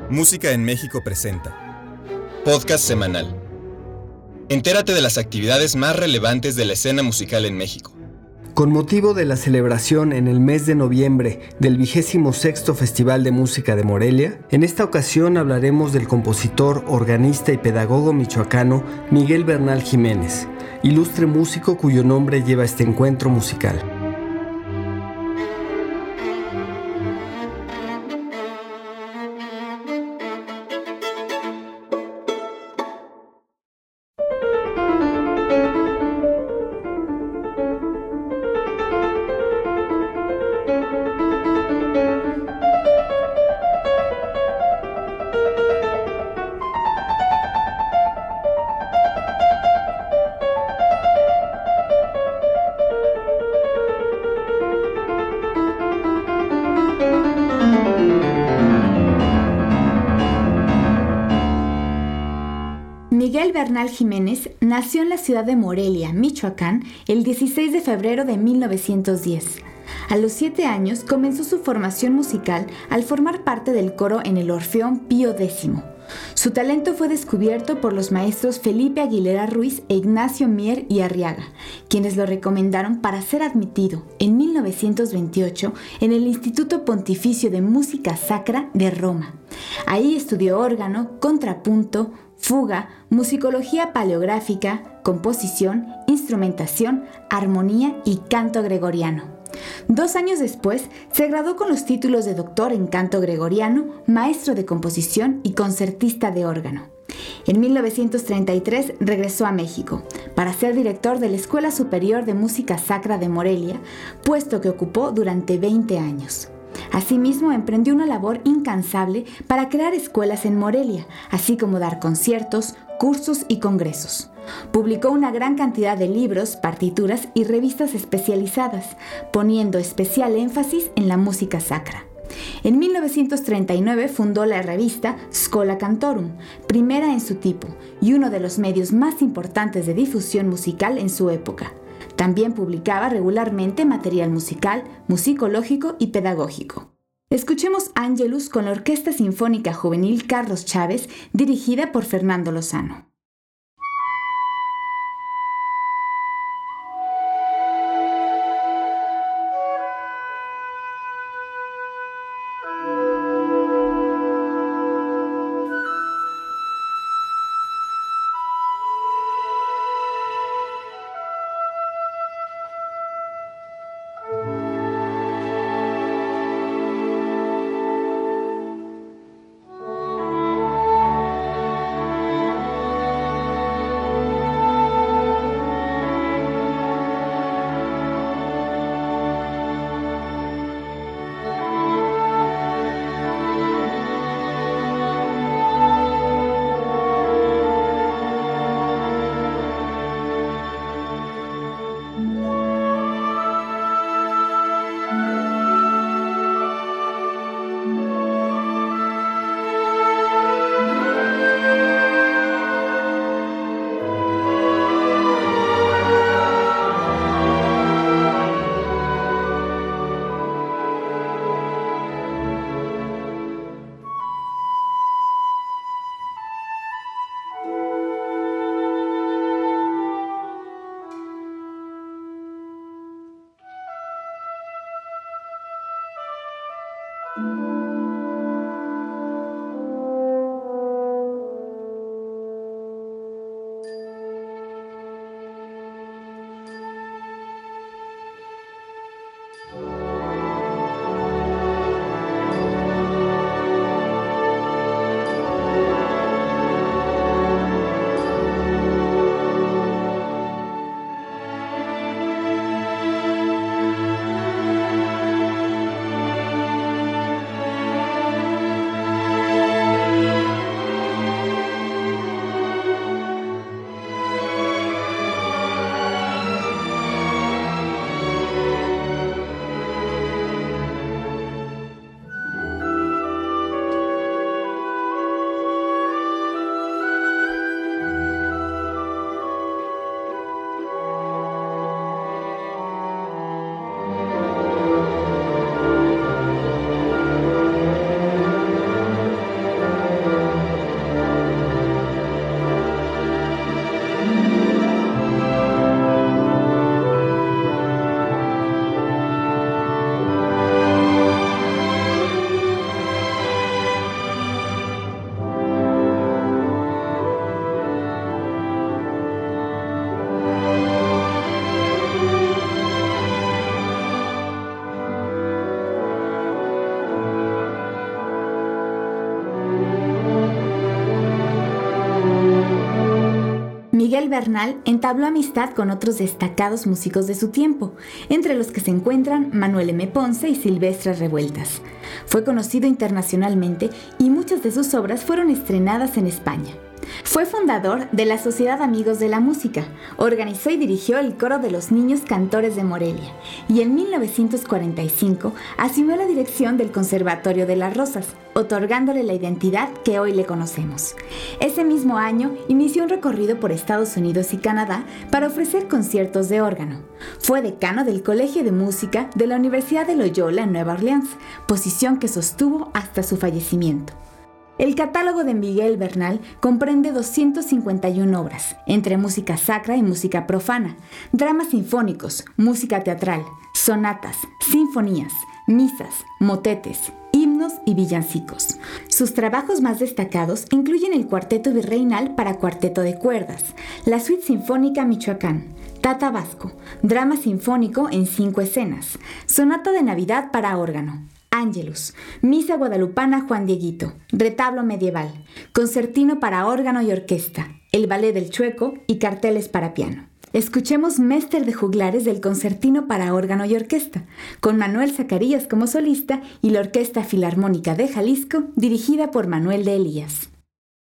Música en México presenta Podcast semanal. Entérate de las actividades más relevantes de la escena musical en México. Con motivo de la celebración en el mes de noviembre del 26º Festival de Música de Morelia, en esta ocasión hablaremos del compositor, organista y pedagogo michoacano Miguel Bernal Jiménez, ilustre músico cuyo nombre lleva este encuentro musical. Miguel Bernal Jiménez nació en la ciudad de Morelia, Michoacán, el 16 de febrero de 1910. A los 7 años comenzó su formación musical al formar parte del coro en el Orfeón Pío X. Su talento fue descubierto por los maestros Felipe Aguilera Ruiz e Ignacio Mier y Arriaga, quienes lo recomendaron para ser admitido en 1928 en el Instituto Pontificio de Música Sacra de Roma. Ahí estudió órgano, contrapunto, fuga, musicología paleográfica, composición, instrumentación, armonía y canto gregoriano. 2 años después, se graduó con los títulos de doctor en canto gregoriano, maestro de composición y concertista de órgano. En 1933 regresó a México para ser director de la Escuela Superior de Música Sacra de Morelia, puesto que ocupó durante 20 años. Asimismo, emprendió una labor incansable para crear escuelas en Morelia, así como dar conciertos, cursos y congresos. Publicó una gran cantidad de libros, partituras y revistas especializadas, poniendo especial énfasis en la música sacra. En 1939 fundó la revista Schola Cantorum, primera en su tipo y uno de los medios más importantes de difusión musical en su época. También publicaba regularmente material musical, musicológico y pedagógico. Escuchemos Ángelus con la Orquesta Sinfónica Juvenil Carlos Chávez, dirigida por Fernando Lozano. Miguel Bernal entabló amistad con otros destacados músicos de su tiempo, entre los que se encuentran Manuel M. Ponce y Silvestre Revueltas. Fue conocido internacionalmente y muchas de sus obras fueron estrenadas en España. Fue fundador de la Sociedad Amigos de la Música, organizó y dirigió el Coro de los Niños Cantores de Morelia y en 1945 asumió la dirección del Conservatorio de las Rosas, otorgándole la identidad que hoy le conocemos. Ese mismo año inició un recorrido por Estados Unidos y Canadá para ofrecer conciertos de órgano. Fue decano del Colegio de Música de la Universidad de Loyola en Nueva Orleans, posición que sostuvo hasta su fallecimiento. El catálogo de Miguel Bernal comprende 251 obras, entre música sacra y música profana, dramas sinfónicos, música teatral, sonatas, sinfonías, misas, motetes, himnos y villancicos. Sus trabajos más destacados incluyen el Cuarteto Virreinal para cuarteto de cuerdas, la Suite Sinfónica Michoacán, Tata Vasco, drama sinfónico en 5 escenas, sonata de Navidad para órgano, Ángelus, Misa Guadalupana Juan Dieguito, Retablo Medieval, Concertino para órgano y orquesta, El Ballet del Chueco y carteles para piano. Escuchemos Mester de Juglares del Concertino para órgano y orquesta, con Manuel Zacarías como solista y la Orquesta Filarmónica de Jalisco, dirigida por Manuel de Elías.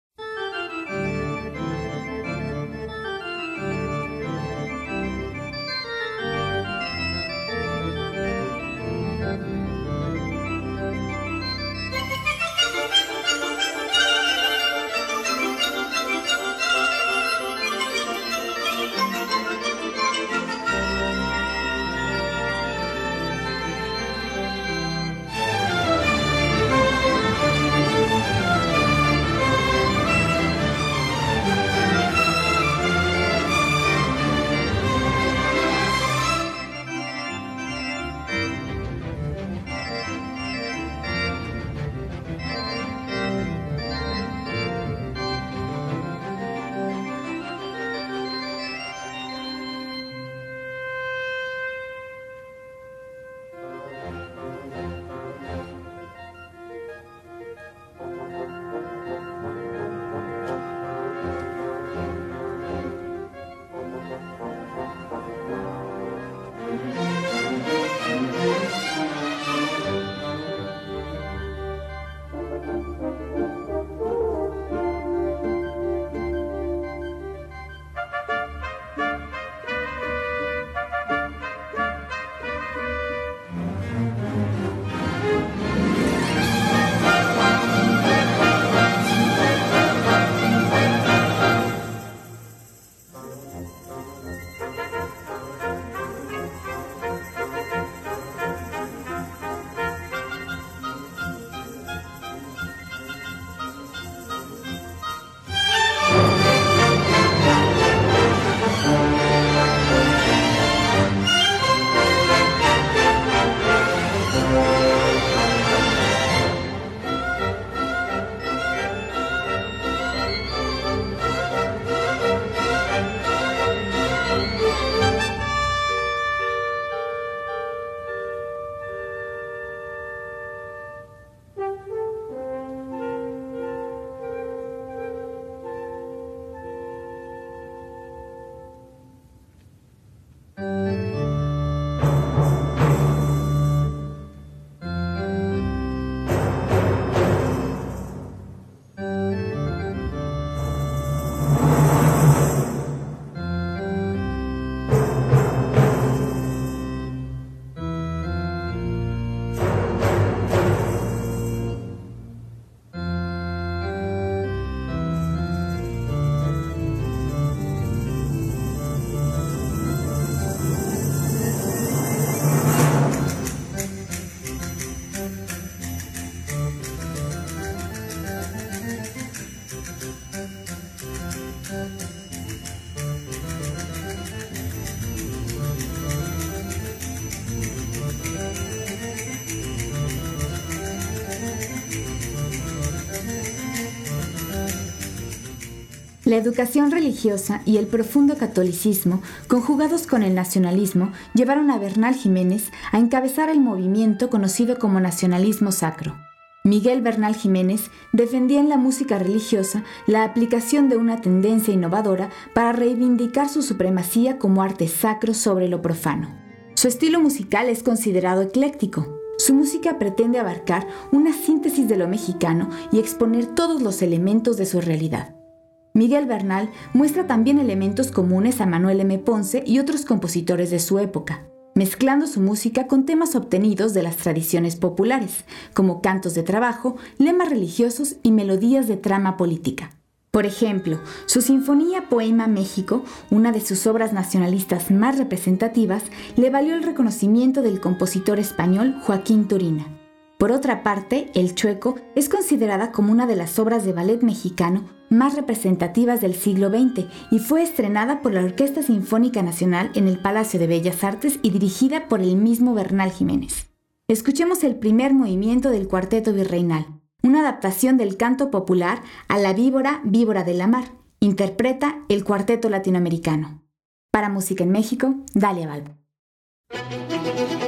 La educación religiosa y el profundo catolicismo, conjugados con el nacionalismo, llevaron a Bernal Jiménez a encabezar el movimiento conocido como nacionalismo sacro. Miguel Bernal Jiménez defendía en la música religiosa la aplicación de una tendencia innovadora para reivindicar su supremacía como arte sacro sobre lo profano. Su estilo musical es considerado ecléctico. Su música pretende abarcar una síntesis de lo mexicano y exponer todos los elementos de su realidad. Miguel Bernal muestra también elementos comunes a Manuel M. Ponce y otros compositores de su época, mezclando su música con temas obtenidos de las tradiciones populares, como cantos de trabajo, lemas religiosos y melodías de trama política. Por ejemplo, su sinfonía Poema México, una de sus obras nacionalistas más representativas, le valió el reconocimiento del compositor español Joaquín Turina. Por otra parte, El Chueco es considerada como una de las obras de ballet mexicano más representativas del siglo XX y fue estrenada por la Orquesta Sinfónica Nacional en el Palacio de Bellas Artes y dirigida por el mismo Bernal Jiménez. Escuchemos el primer movimiento del Cuarteto Virreinal, una adaptación del canto popular a La víbora, víbora de la mar. Interpreta el Cuarteto Latinoamericano. Para Música en México, Dalia Balbo.